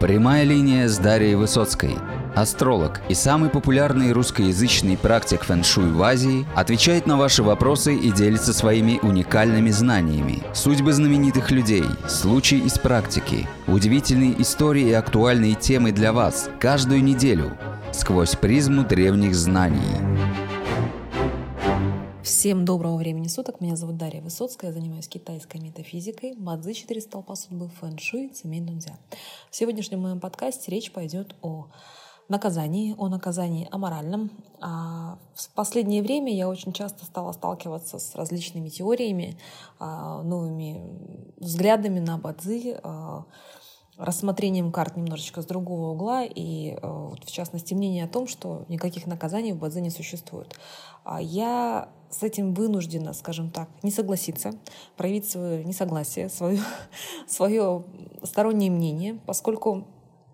Прямая линия с Дарьей Высоцкой. Астролог и самый популярный русскоязычный практик фэн-шуй в Азии отвечает на ваши вопросы и делится своими уникальными знаниями. Судьбы знаменитых людей, случаи из практики, удивительные истории и актуальные темы для вас каждую неделю сквозь призму древних знаний. Всем доброго времени суток. Меня зовут Дарья Высоцкая. Я занимаюсь китайской метафизикой, бадзи 4 столпа судьбы, фэн-шуй, цимей дунцзя. В сегодняшнем моем подкасте речь пойдет о наказании аморальном. В последнее время я очень часто стала сталкиваться с различными теориями, новыми взглядами на бадзи, рассмотрением карт немножечко с другого угла и, в частности, мнение о том, что никаких наказаний в бадзи не существует. Я с этим вынуждена, скажем так, не согласиться, проявить свое несогласие, свое стороннее мнение, поскольку,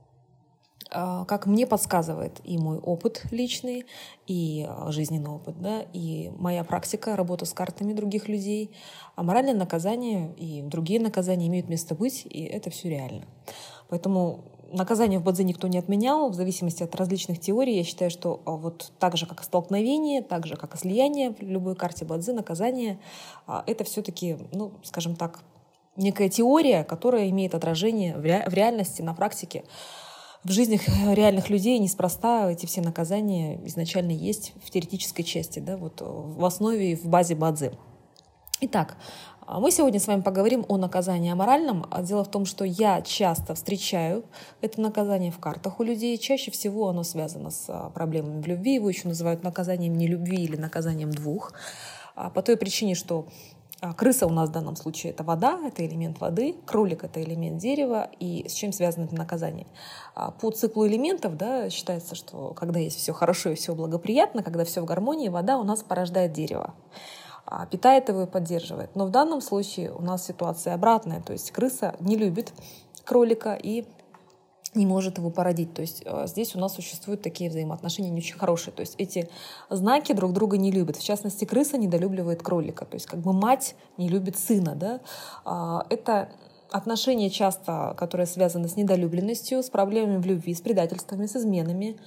как мне подсказывает и мой опыт личный, и жизненный опыт, да, и моя практика, работа с картами других людей, моральное наказание и другие наказания имеют место быть, и это все реально. Поэтому наказание в бадзи никто не отменял, в зависимости от различных теорий. Я считаю, что вот так же, как и столкновение, так же, как и слияние в любой карте бадзи, наказание — это все-таки, скажем так, некая теория, которая имеет отражение в реальности, на практике. В жизнях реальных людей неспроста эти все наказания изначально есть в теоретической части, да, вот в основе и в базе бадзи. Итак, мы сегодня с вами поговорим о наказании аморальном. Дело в том, что я часто встречаю это наказание в картах у людей. Чаще всего оно связано с проблемами в любви. Его еще называют наказанием нелюбви или наказанием двух. По той причине, что крыса у нас в данном случае — это вода, это элемент воды, кролик — это элемент дерева. И с чем связано это наказание? По циклу элементов, да, считается, что когда есть все хорошо и все благоприятно, когда все в гармонии, вода у нас порождает дерево, питает его и поддерживает. Но в данном случае у нас ситуация обратная, то есть крыса не любит кролика и не может его породить. То есть здесь у нас существуют такие взаимоотношения не очень хорошие. То есть эти знаки друг друга не любят. В частности, крыса недолюбливает кролика. То есть как бы мать не любит сына. Да? Это отношения часто, которые связаны с недолюбленностью, с проблемами в любви, с предательствами, с изменами.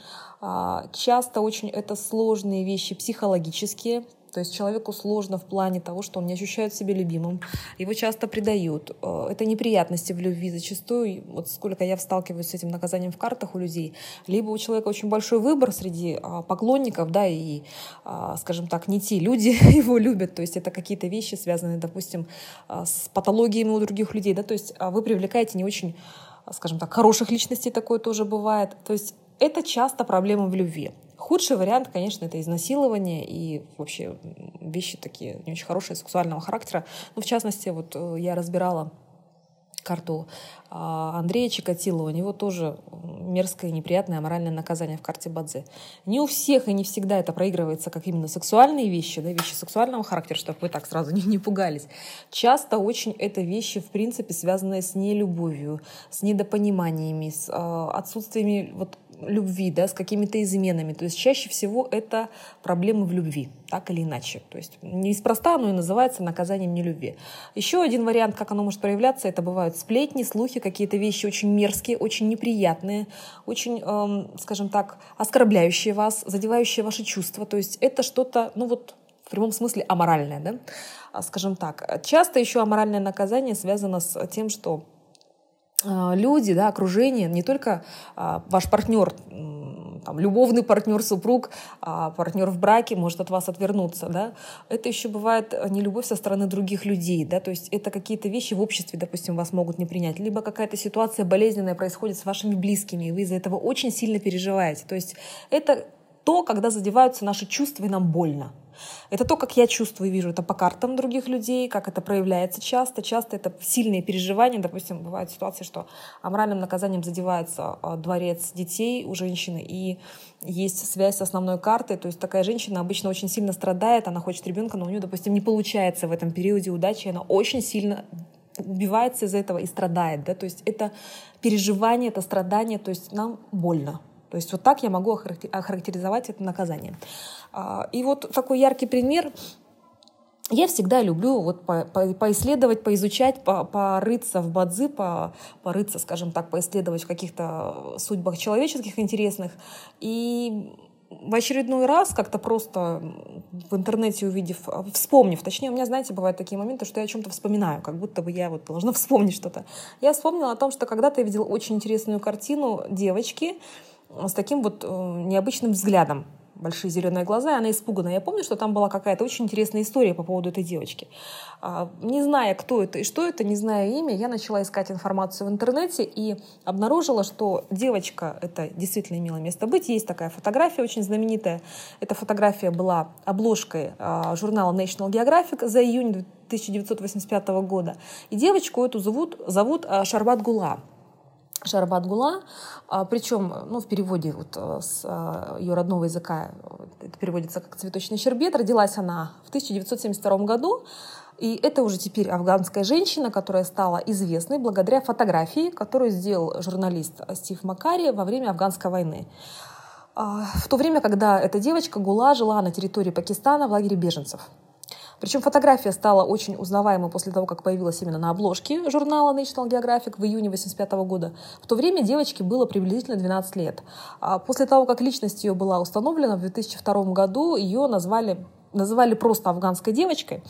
Часто очень это сложные вещи психологические. То есть человеку сложно в плане того, что он не ощущает себя любимым, его часто предают. Это неприятности в любви зачастую. Вот сколько я сталкиваюсь с этим наказанием в картах у людей. Либо у человека очень большой выбор среди поклонников, да, и, скажем так, не те люди его любят. То есть это какие-то вещи, связанные, допустим, с патологиями у других людей. Да? То есть вы привлекаете не очень, скажем так, хороших личностей, такое тоже бывает. То есть это часто проблемы в любви. Худший вариант, конечно, это изнасилование и вообще вещи такие не очень хорошие, сексуального характера. В частности, вот я разбирала карту Андрея Чикатилова. У него тоже мерзкое и неприятное аморальное наказание в карте бадзи. Не у всех и не всегда это проигрывается как именно сексуальные вещи, да, вещи сексуального характера, чтобы вы так сразу не пугались. Часто очень это вещи, в принципе, связанные с нелюбовью, с недопониманиями, с отсутствиями любви, да, с какими-то изменами. То есть чаще всего это проблемы в любви, так или иначе. То есть неспроста оно и называется наказанием нелюбви. Еще один вариант, как оно может проявляться, это бывают сплетни, слухи, какие-то вещи очень мерзкие, очень неприятные, очень, скажем так, оскорбляющие вас, задевающие ваши чувства. То есть это что-то, в прямом смысле аморальное, да, скажем так. Часто еще аморальное наказание связано с тем, что люди, да, окружение, не только ваш партнер, любовный партнер, супруг, партнер в браке может от вас отвернуться, да. Это еще бывает нелюбовь со стороны других людей, да, то есть это какие-то вещи в обществе, допустим, вас могут не принять, либо какая-то ситуация болезненная происходит с вашими близкими, и вы из-за этого очень сильно переживаете. То есть это то, когда задеваются наши чувства, и нам больно. Это то, как я чувствую и вижу это по картам других людей, как это проявляется часто. Часто это сильные переживания. Допустим, бывают ситуации, что аморальным наказанием задевается дворец детей у женщины, и есть связь с основной картой. То есть такая женщина обычно очень сильно страдает, она хочет ребенка, но у нее, допустим, не получается в этом периоде удачи, и она очень сильно убивается из-за этого и страдает. Да? То есть это переживание, это страдание, то есть нам больно. То есть вот так я могу охарактеризовать это наказание. И вот такой яркий пример Я всегда люблю вот поисследовать, поизучать, порыться в бадзи, порыться, скажем так, поисследовать в каких-то судьбах человеческих интересных. И в очередной раз как-то просто в интернете вспомнив, точнее, у меня, знаете, бывают такие моменты, что я о чем-то вспоминаю, как будто бы я вот должна вспомнить что-то. Я вспомнила о том, что когда-то я видела очень интересную картину девочки с таким вот необычным взглядом. Большие зеленые глаза, и она испугана. Я помню, что там была какая-то очень интересная история по поводу этой девочки. Не зная, кто это и что это, не зная имя, я начала искать информацию в интернете и обнаружила, что девочка, это действительно имело место быть. Есть такая фотография очень знаменитая. Эта фотография была обложкой журнала National Geographic за июнь 1985 года. И девочку эту зовут Шарбат Гула. Шарбат Гула, причем в переводе с ее родного языка это переводится как «цветочный щербет». Родилась она в 1972 году, и это уже теперь афганская женщина, которая стала известной благодаря фотографии, которую сделал журналист Стив Маккари во время афганской войны. В то время, когда эта девочка Гула жила на территории Пакистана в лагере беженцев. Причем фотография стала очень узнаваемой после того, как появилась именно на обложке журнала National Geographic в июне 1985 года. В то время девочке было приблизительно 12 лет. После того, как личность ее была установлена, в 2002 году ее называли просто афганской девочкой.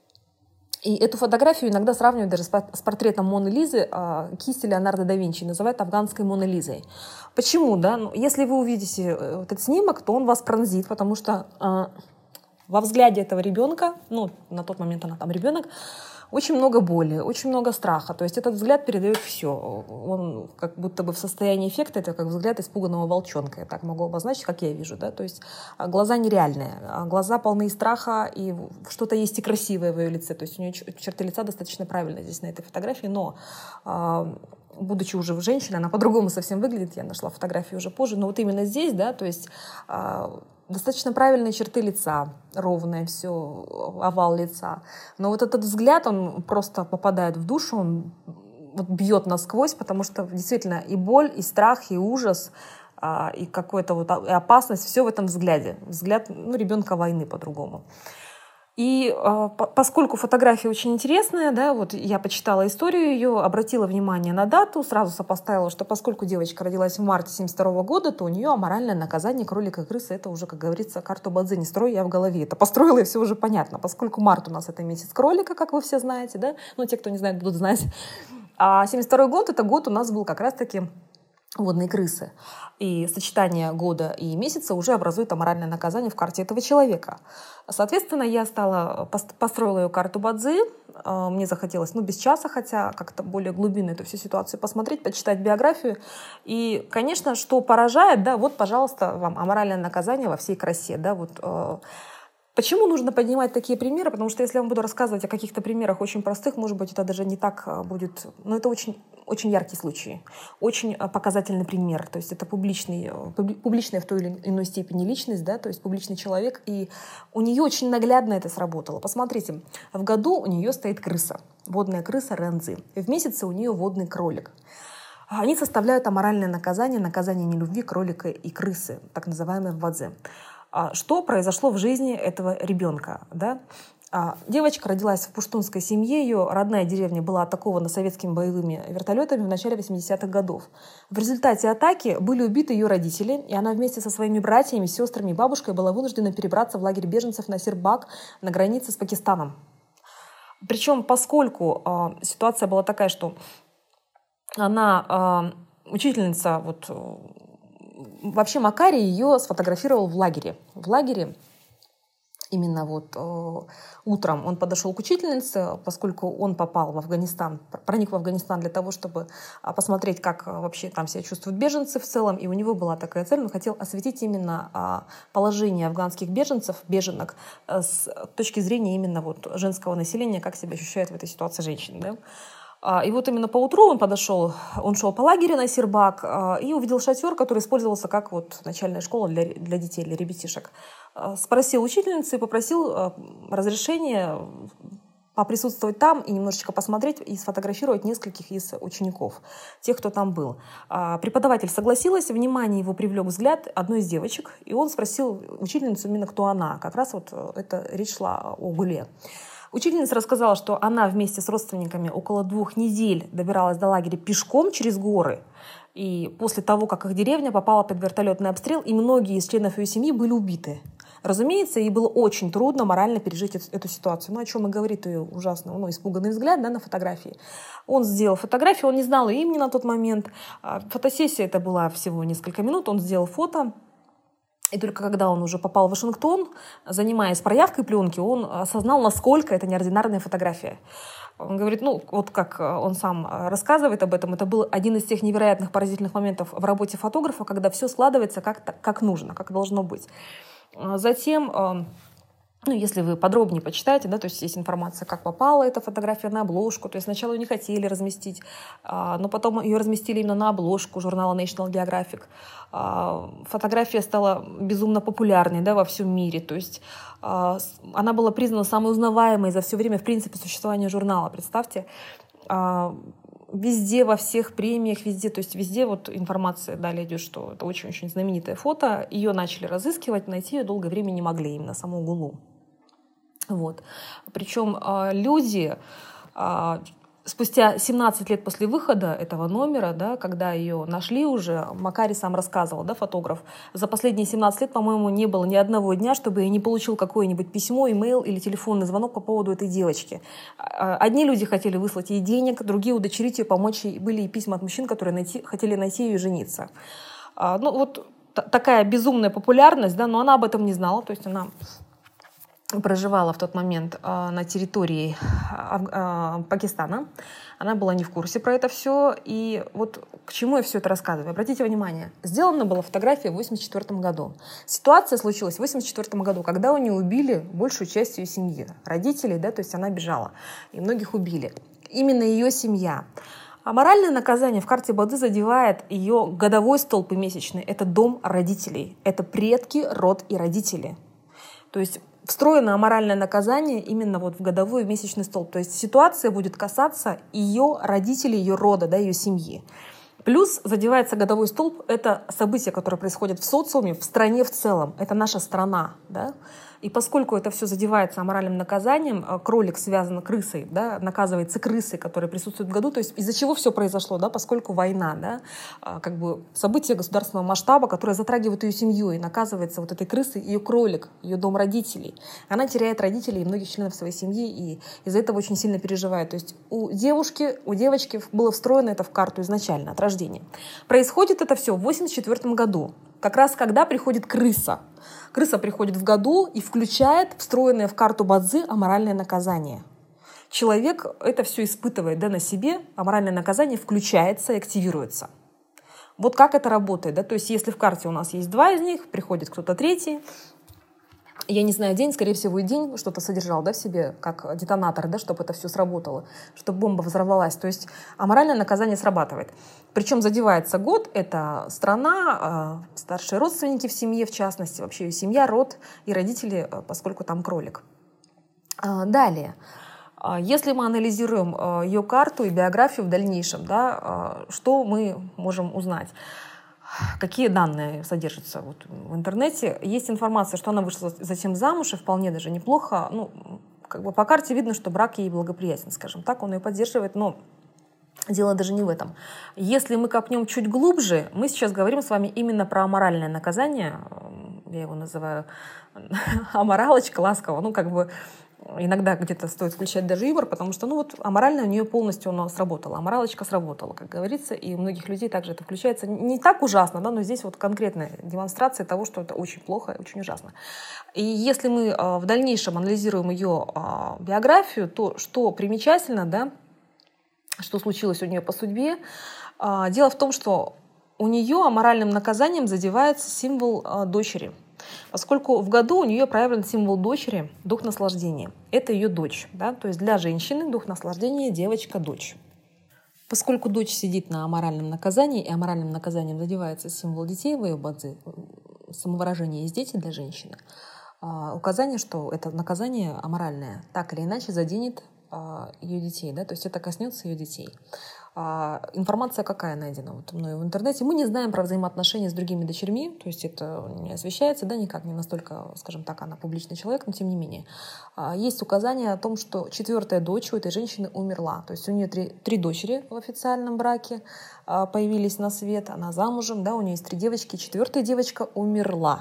И эту фотографию иногда сравнивают даже с портретом Моны Лизы кисти Леонардо да Винчи, называют афганской Моной Лизой. Почему? Да? Если вы увидите этот снимок, то он вас пронзит, потому что во взгляде этого ребенка, на тот момент она там ребенок, очень много боли, очень много страха. То есть этот взгляд передает все. Он как будто бы в состоянии эффекта, это как взгляд испуганного волчонка. Я так могу обозначить, как я вижу. Да? То есть глаза нереальные, глаза полны страха, и что-то есть и красивое в ее лице. То есть у нее черты лица достаточно правильные здесь на этой фотографии, но будучи уже женщиной, она по-другому совсем выглядит. Я нашла фотографию уже позже. Но вот именно здесь, да, то есть достаточно правильные черты лица, ровное все, овал лица. Но вот этот взгляд, он просто попадает в душу, он бьет насквозь, потому что действительно и боль, и страх, и ужас, и какая-то и опасность, все в этом взгляде. Взгляд ребенка войны по-другому. И поскольку фотография очень интересная, да, я почитала историю ее, обратила внимание на дату, сразу сопоставила, что поскольку девочка родилась в марте 1972 года, то у нее аморальное наказание кролика и крысы. Это уже, как говорится, карту Бадзи не строй, я в голове. Это построила, и все уже понятно. Поскольку март у нас это месяц кролика, как вы все знаете, да, те, кто не знает, будут знать. А 1972 год, это год у нас был как раз-таки водные крысы. И сочетание года и месяца уже образует аморальное наказание в карте этого человека. Соответственно, я построила ее карту Бадзи. Мне захотелось, без часа, хотя как-то более глубинно эту всю ситуацию посмотреть, почитать биографию. И, конечно, что поражает, да, пожалуйста, вам аморальное наказание во всей красе, да, Почему нужно поднимать такие примеры? Потому что если я вам буду рассказывать о каких-то примерах очень простых, может быть, это даже не так будет... это очень, очень яркий случай, очень показательный пример. То есть это публичная в той или иной степени личность, да, то есть публичный человек. И у нее очень наглядно это сработало. Посмотрите, в году у нее стоит крыса, водная крыса Рэнзи. В месяце у нее водный кролик. Они составляют аморальное наказание нелюбви кролика и крысы, так называемое в Бадзи. Что произошло в жизни этого ребенка, да? Девочка родилась в пуштунской семье, ее родная деревня была атакована советскими боевыми вертолетами в начале 80-х годов. В результате атаки были убиты ее родители, и она вместе со своими братьями, сестрами и бабушкой была вынуждена перебраться в лагерь беженцев на Сирбак на границе с Пакистаном. Причем, поскольку ситуация была такая, что она учительница, вообще Маккари ее сфотографировал в лагере. В лагере именно утром он подошел к учительнице, поскольку он попал в Афганистан, проник в Афганистан для того, чтобы посмотреть, как вообще там себя чувствуют беженцы в целом. И у него была такая цель, он хотел осветить именно положение афганских беженок с точки зрения именно женского населения, как себя ощущают в этой ситуации женщины. Да? И именно поутру он шел по лагерю на Сирбак и увидел шатер, который использовался как начальная школа для детей, для ребятишек. Спросил учительницы и попросил разрешения поприсутствовать там и немножечко посмотреть и сфотографировать нескольких из учеников, тех, кто там был. Преподаватель согласилась, внимание его привлек взгляд одной из девочек, и он спросил учительницу именно, кто она. Как раз вот эта речь шла о Гуле. Учительница рассказала, что она вместе с родственниками около 2 недель добиралась до лагеря пешком через горы. И после того, как их деревня попала под вертолетный обстрел, и многие из членов ее семьи были убиты. Разумеется, ей было очень трудно морально пережить эту ситуацию. Ну, о чем и говорит ее ужасно, испуганный взгляд, да, на фотографии. Он сделал фотографию, он не знал ее имени на тот момент. Фотосессия это была всего несколько минут, он сделал фото. И только когда он уже попал в Вашингтон, занимаясь проявкой пленки, он осознал, насколько это неординарная фотография. Он говорит, вот как он сам рассказывает об этом, это был один из тех невероятных поразительных моментов в работе фотографа, когда все складывается как нужно, как должно быть. Затем, если вы подробнее почитаете, да, то есть информация, как попала эта фотография на обложку. То есть сначала ее не хотели разместить, но потом ее разместили именно на обложку журнала National Geographic. Фотография стала безумно популярной, да, во всем мире. То есть она была признана самой узнаваемой за все время, в принципе, существования журнала. Представьте, везде, во всех премиях, везде, то есть везде вот информация далее идет, что это очень-очень знаменитое фото. Ее начали разыскивать, найти ее долгое время не могли, именно саму Гулу. Вот. Причем люди спустя 17 лет после выхода этого номера, да, когда ее нашли уже, Макари сам рассказывал, да, фотограф, за последние 17 лет, по-моему, не было ни одного дня, чтобы я не получил какое-нибудь письмо, имейл или телефонный звонок по поводу этой девочки. Одни люди хотели выслать ей денег, другие удочерить ее, помочь ей. Были и письма от мужчин, которые хотели найти ее и жениться. Вот такая безумная популярность, да, но она об этом не знала, то есть она проживала в тот момент на территории Пакистана. Она была не в курсе про это все. И вот к чему я все это рассказываю? Обратите внимание, сделана была фотография в 1984 году. Ситуация случилась в 1984 году, когда у нее убили большую часть ее семьи. Родителей, да, то есть она бежала. И многих убили. Именно ее семья. А моральное наказание в карте Бады задевает ее годовой столб и месячный. Это дом родителей. Это предки, род и родители. То есть встроено аморальное наказание именно вот в годовой и месячный столб. То есть ситуация будет касаться ее родителей, ее рода, да, ее семьи. Плюс задевается годовой столб. Это события, которые происходят в социуме, в стране в целом. Это наша страна. Да? И поскольку это все задевается аморальным наказанием, кролик связан крысой, да, наказывается крысой, которая присутствует в году, то есть из-за чего все произошло, да, поскольку война, да, как бы событие государственного масштаба, которое затрагивает ее семью, и наказывается вот этой крысой ее кролик, ее дом родителей. Она теряет родителей и многих членов своей семьи, и из-за этого очень сильно переживает. То есть у девочки было встроено это в карту изначально, от рождения. Происходит это все в 1984 году. Как раз когда приходит крыса. Крыса приходит в году и включает встроенное в карту Бадзи аморальное наказание. Человек это все испытывает, да, на себе, аморальное наказание включается и активируется. Вот как это работает. Да? То есть если в карте у нас есть 2 из них, приходит кто-то третий, я не знаю, день, скорее всего, и день что-то содержал, да, в себе, как детонатор, да, чтобы это все сработало, чтобы бомба взорвалась. То есть аморальное наказание срабатывает. Причем задевается год, это страна, старшие родственники в семье, в частности, вообще ее семья, род и родители, поскольку там кролик. Далее. Если мы анализируем ее карту и биографию в дальнейшем, да, что мы можем узнать? Какие данные содержатся вот в интернете? Есть информация, что она вышла затем замуж, и вполне даже неплохо. Как бы по карте видно, что брак ей благоприятен, скажем так, он ее поддерживает, но дело даже не в этом. Если мы копнем чуть глубже, мы сейчас говорим с вами именно про аморальное наказание. Я его называю аморалочка, ласково, как бы иногда где-то стоит включать даже юмор, потому что, аморально у нее полностью оно сработало. Аморалочка сработала, как говорится, и у многих людей также это включается. Не так ужасно, да, но здесь вот конкретная демонстрация того, что это очень плохо и очень ужасно. И если мы в дальнейшем анализируем ее биографию, то что примечательно, да, что случилось у нее по судьбе, дело в том, что у нее аморальным наказанием задевается символ дочери. Поскольку в году у нее проявлен символ дочери, дух наслаждения. Это ее дочь. Да? То есть для женщины дух наслаждения – девочка-дочь. Поскольку дочь сидит на аморальном наказании, и аморальным наказанием задевается символ детей в ее бадзи, самовыражение есть дети для женщины, указание, что это наказание аморальное так или иначе заденет ее детей, да, то есть это коснется ее детей. Информация какая найдена вот мною в интернете? Мы не знаем про взаимоотношения с другими дочерьми, то есть это не освещается, да, никак, не настолько, скажем так, она публичный человек, но тем не менее. Есть указание о том, что 4-я дочь у этой женщины умерла, то есть у нее три дочери в официальном браке появились на свет, она замужем, да, у нее есть 3 девочки, 4-я девочка умерла.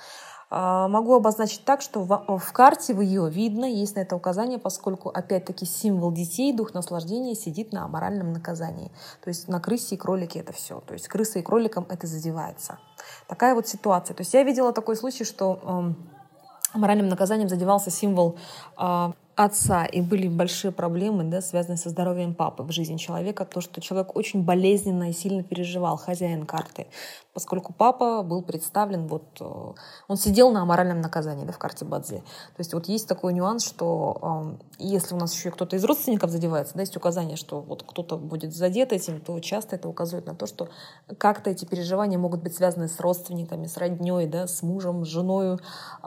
Могу обозначить так, что в карте в ее видно, есть на это указание, поскольку, опять-таки, символ детей, дух наслаждения сидит на моральном наказании. То есть на крысе и кролике это все. То есть крысой и кроликом это задевается. Такая вот ситуация. То есть я видела такой случай, что моральным наказанием задевался символ отца, и были большие проблемы, да, связанные со здоровьем папы в жизни человека, то, что человек очень болезненно и сильно переживал, хозяин карты, поскольку папа был представлен, он сидел на моральном наказании, да, в карте Бадзи. То есть вот есть такой нюанс, что если у нас еще кто-то из родственников задевается, да, есть указание, что вот кто-то будет задет этим, то часто это указывает на то, что как-то эти переживания могут быть связаны с родственниками, с родней, да, с мужем, с женой,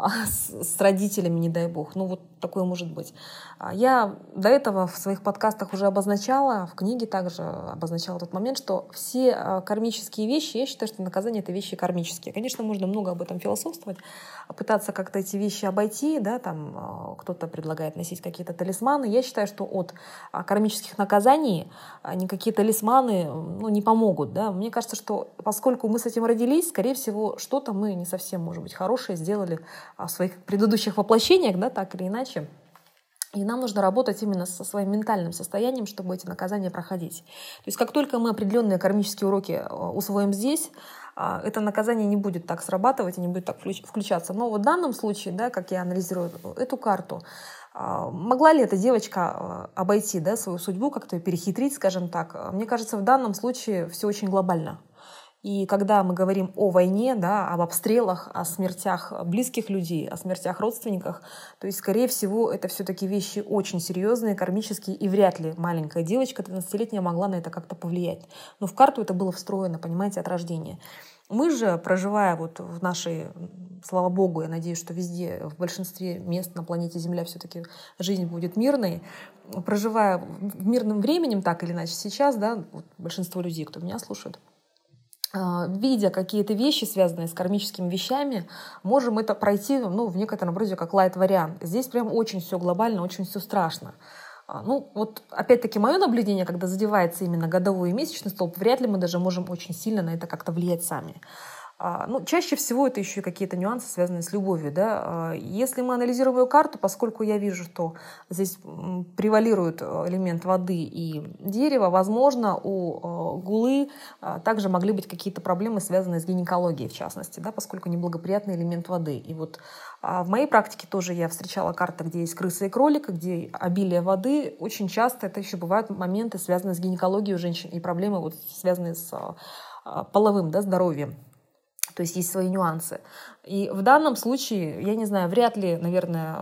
с родителями, не дай бог. Ну вот такое может быть. Я до этого в своих подкастах уже обозначала, в книге также обозначала тот момент, что все кармические вещи, я считаю, что наказание — это вещи кармические. Конечно, можно много об этом философствовать, пытаться как-то эти вещи обойти, да, там кто-то предлагает носить какие-то талисманы. Я считаю, что от кармических наказаний никакие талисманы не помогут. Да. Мне кажется, что поскольку мы с этим родились, скорее всего, что-то мы не совсем, может быть, хорошее сделали в своих предыдущих воплощениях, да, так или иначе. И нам нужно работать именно со своим ментальным состоянием, чтобы эти наказания проходить. То есть как только мы определенные кармические уроки усвоим здесь, это наказание не будет так срабатывать и не будет так включаться. Но вот в данном случае, да, как я анализирую эту карту, могла ли эта девочка обойти, да, свою судьбу, как-то ее перехитрить, скажем так? Мне кажется, в данном случае все очень глобально. И когда мы говорим о войне, да, об обстрелах, о смертях близких людей, о смертях родственников, то есть, скорее всего, это все-таки вещи очень серьезные, кармические, и вряд ли маленькая девочка 13-летняя могла на это как-то повлиять. Но в карту это было встроено, понимаете, от рождения. Мы же, проживая вот в нашей, слава богу, я надеюсь, что везде, в большинстве мест на планете Земля все-таки жизнь будет мирной, проживая в мирным временем, так или иначе сейчас, да, вот большинство людей, кто меня слушает, видя какие-то вещи, связанные с кармическими вещами, можем это пройти в некотором роде как лайт-вариант. Здесь прям очень все глобально, очень все страшно. Вот опять-таки мое наблюдение, когда задевается именно годовой и месячный столб, вряд ли мы даже можем очень сильно на это как-то влиять сами. Чаще всего это еще и какие-то нюансы, связанные с любовью. Да? Если мы анализируем ее карту, поскольку я вижу, что здесь превалирует элемент воды и дерева, возможно, у Гулы также могли быть какие-то проблемы, связанные с гинекологией, в частности, да? Поскольку неблагоприятный элемент воды. И вот в моей практике тоже я встречала карты, где есть крыса и кролик, где обилие воды. Очень часто это еще бывают моменты, связанные с гинекологией у женщин, и проблемы, связанные с половым, да, здоровьем. То есть есть свои нюансы. И в данном случае, я не знаю, вряд ли, наверное,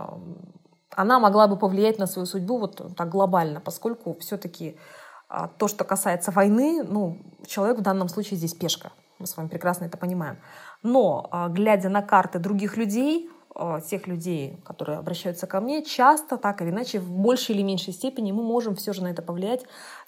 она могла бы повлиять на свою судьбу вот так глобально, поскольку все-таки то, что касается войны, человек в данном случае здесь пешка. Мы с вами прекрасно это понимаем. Но, глядя на карты других людей, тех людей, которые обращаются ко мне, часто, так или иначе, в большей или меньшей степени мы можем все же на это повлиять.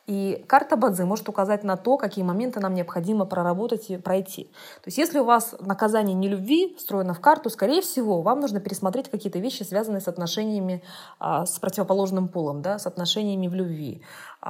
И карта Бадзи может указать на то, какие моменты нам необходимо проработать и пройти. То есть если у вас наказание нелюбви встроено в карту, скорее всего, вам нужно пересмотреть какие-то вещи, связанные с отношениями с противоположным полом, да, с отношениями в любви,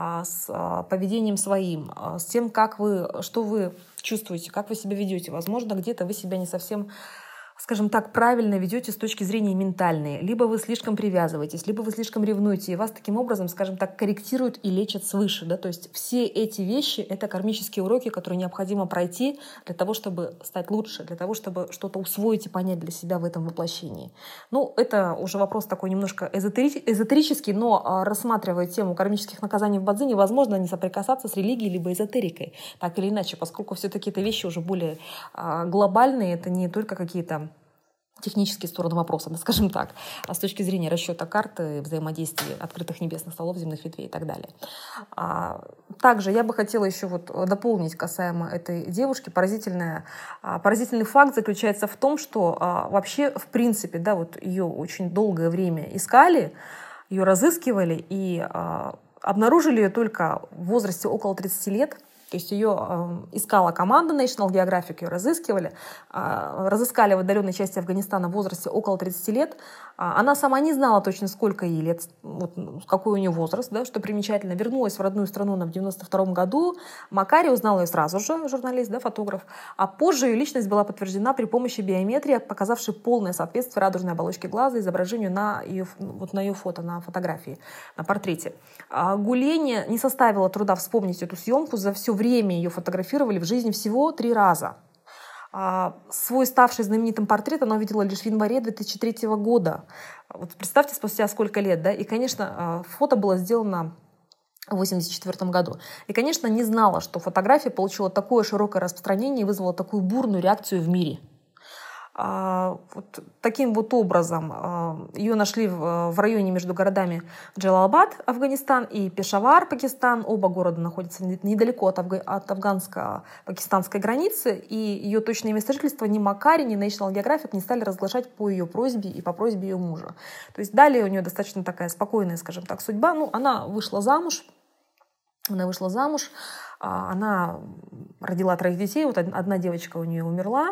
с поведением своим, с тем, что вы чувствуете, как вы себя ведете. Возможно, где-то вы себя не совсем, скажем так, правильно ведете с точки зрения ментальной. Либо вы слишком привязываетесь, либо вы слишком ревнуете, и вас таким образом, скажем так, корректируют и лечат свыше. Да? То есть все эти вещи — это кармические уроки, которые необходимо пройти для того, чтобы стать лучше, для того, чтобы что-то усвоить и понять для себя в этом воплощении. Это уже вопрос такой немножко эзотерический, но рассматривая тему кармических наказаний в Бадзи, невозможно не соприкасаться с религией либо эзотерикой, так или иначе, поскольку все-таки это вещи уже более глобальные, это не только какие-то технические стороны вопроса, да, скажем так, с точки зрения расчета карты, взаимодействия открытых небесных столов, земных ветвей и так далее. Также я бы хотела еще дополнить касаемо этой девушки. Поразительный факт заключается в том, что вообще, в принципе, да, ее очень долгое время искали, Ее разыскивали и обнаружили ее только в возрасте около 30 лет. То есть ее искала команда National Geographic, ее разыскивали, разыскали в отдаленной части Афганистана в возрасте около 30 лет. Она сама не знала точно, сколько ей лет, вот, какой у нее возраст, да, что примечательно. Вернулась в родную страну она в 1992 году. Макари узнал ее сразу же, журналист, да, фотограф. А позже ее личность была подтверждена при помощи биометрии, показавшей полное соответствие радужной оболочки глаза изображению на ее фото, на фотографии, на портрете. Гулене не составило труда вспомнить эту съемку. За все время ее фотографировали в жизни всего 3 раза. Свой ставший знаменитым портрет она увидела лишь в январе 2003 года. Вот представьте, спустя сколько лет, да? И, конечно, фото было сделано в 1984 году. И, конечно, не знала, что фотография получила такое широкое распространение и вызвала такую бурную реакцию в мире. Вот таким вот образом ее нашли в районе между городами Джалалабад, Афганистан, и Пешавар, Пакистан. Оба города находятся недалеко от афганско-пакистанской границы, и ее точное место жительства ни Макари, ни National Geographic не стали разглашать по ее просьбе и по просьбе ее мужа. То есть далее у нее достаточно такая спокойная, скажем так, судьба. Она вышла замуж, она родила 3 детей, вот одна девочка у нее умерла.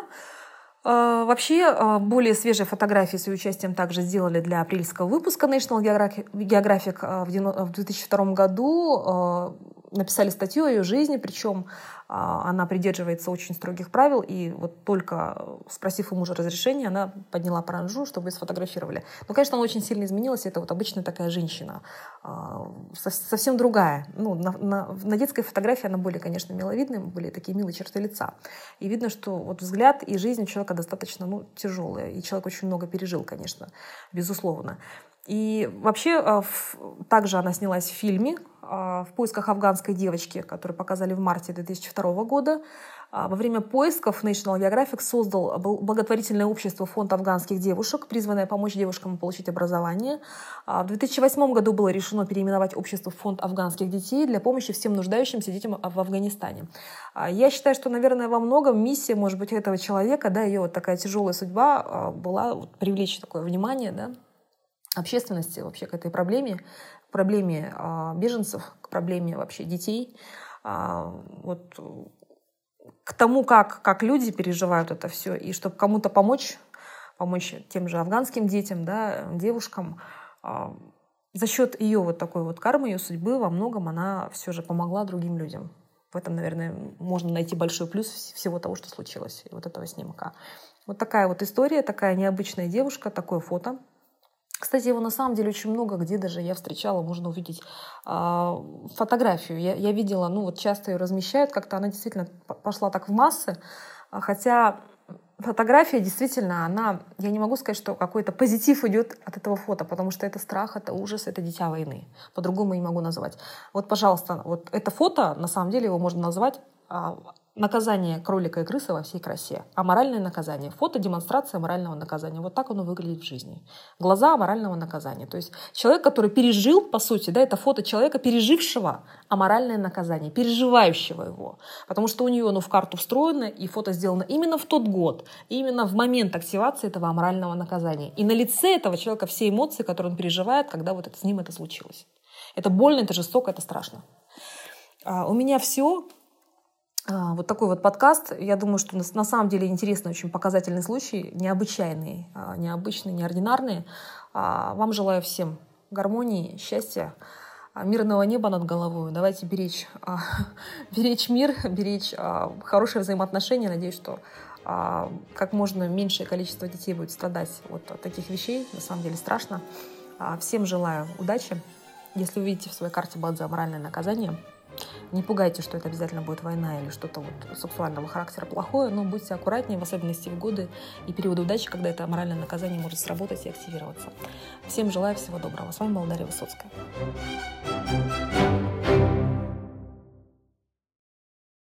Вообще, более свежие фотографии с ее участием также сделали для апрельского выпуска National Geographic в 2002 году. Написали статью о ее жизни, причем она придерживается очень строгих правил, и вот только спросив у мужа разрешения, она подняла паранджу, чтобы ее сфотографировали. Но, конечно, она очень сильно изменилась, это вот обычная такая женщина, совсем другая. На детской фотографии она более, конечно, миловидная, более такие милые черты лица. И видно, что вот взгляд и жизнь у человека достаточно тяжелая, и человек очень много пережил, конечно, безусловно. И вообще, также она снялась в фильме «В поисках афганской девочки», который показали в марте 2002 года. Во время поисков National Geographic создал благотворительное общество «Фонд афганских девушек», призванное помочь девушкам получить образование. В 2008 году было решено переименовать общество в «Фонд афганских детей» для помощи всем нуждающимся детям в Афганистане. Я считаю, что, наверное, во многом миссия, может быть, этого человека, да, ее вот такая тяжелая судьба была привлечь такое внимание, да, общественности вообще к этой проблеме, к проблеме беженцев, к проблеме вообще детей, вот, к тому, как люди переживают это все, и чтобы кому-то помочь тем же афганским детям, да, девушкам. За счет ее вот такой вот кармы, ее судьбы во многом она все же помогла другим людям. В этом, наверное, можно найти большой плюс всего того, что случилось, и вот этого снимка. Вот такая вот история, такая необычная девушка, такое фото. Кстати, его на самом деле очень много, где даже я встречала, можно увидеть фотографию. Я видела, вот часто ее размещают, как-то она действительно пошла так в массы, хотя фотография действительно, я не могу сказать, что какой-то позитив идет от этого фото, потому что это страх, это ужас, это дитя войны. По-другому не могу назвать. Вот, пожалуйста, вот это фото, на самом деле его можно назвать наказание кролика и крысы во всей красе. Аморальное наказание. Фото — демонстрация морального наказания. Вот так оно выглядит в жизни. Глаза аморального наказания. То есть человек, который пережил, по сути, да, это фото человека, пережившего аморальное наказание, переживающего его. Потому что у нее оно в карту встроено, и фото сделано именно в тот год, именно в момент активации этого аморального наказания. И на лице этого человека все эмоции, которые он переживает, когда вот с ним это случилось. Это больно, это жестоко, это страшно. У меня все. Вот такой вот подкаст. Я думаю, что на самом деле интересный, очень показательный случай, необычайный, необычный, неординарный. Вам желаю всем гармонии, счастья, мирного неба над головой. Давайте беречь мир, беречь хорошие взаимоотношения. Надеюсь, что как можно меньшее количество детей будет страдать от таких вещей. На самом деле страшно. Всем желаю удачи. Если вы видите в своей карте Бадзи аморальное наказание, не пугайте, что это обязательно будет война или что-то сексуального характера плохое, но будьте аккуратнее, в особенности в годы и периоды удачи, когда это моральное наказание может сработать и активироваться. Всем желаю всего доброго. С вами была Дарья Высоцкая.